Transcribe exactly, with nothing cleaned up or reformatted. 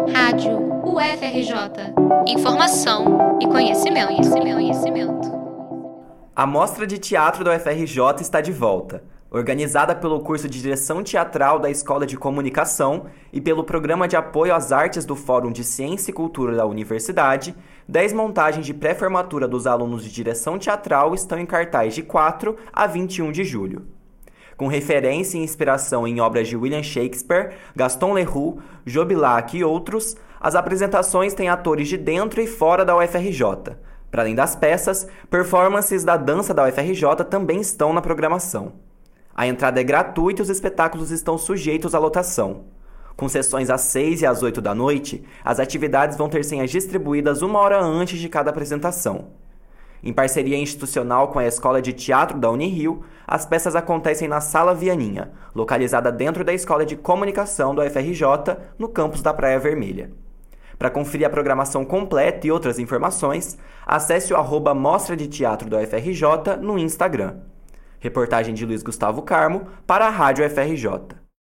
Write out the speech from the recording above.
Rádio U F R J. Informação e conhecimento, conhecimento, conhecimento. A Mostra de Teatro da U F R J está de volta. Organizada pelo curso de Direção Teatral da Escola de Comunicação e pelo Programa de Apoio às Artes do Fórum de Ciência e Cultura da Universidade, dez montagens de pré-formatura dos alunos de Direção Teatral estão em cartaz de quatro a vinte e um de julho. Com referência e inspiração em obras de William Shakespeare, Gaston Leroux, Job Lacq e outros, as apresentações têm atores de dentro e fora da U F R J. Para além das peças, performances da dança da U F R J também estão na programação. A entrada é gratuita e os espetáculos estão sujeitos à lotação. Com sessões às seis e às oito da noite, as atividades vão ter senhas distribuídas uma hora antes de cada apresentação. Em parceria institucional com a Escola de Teatro da Unirio, as peças acontecem na Sala Vianinha, localizada dentro da Escola de Comunicação do U F R J, no campus da Praia Vermelha. Para conferir a programação completa e outras informações, acesse o arroba Mostra de Teatro da U F R J no Instagram. Reportagem de Luiz Gustavo Carmo para a Rádio U F R J.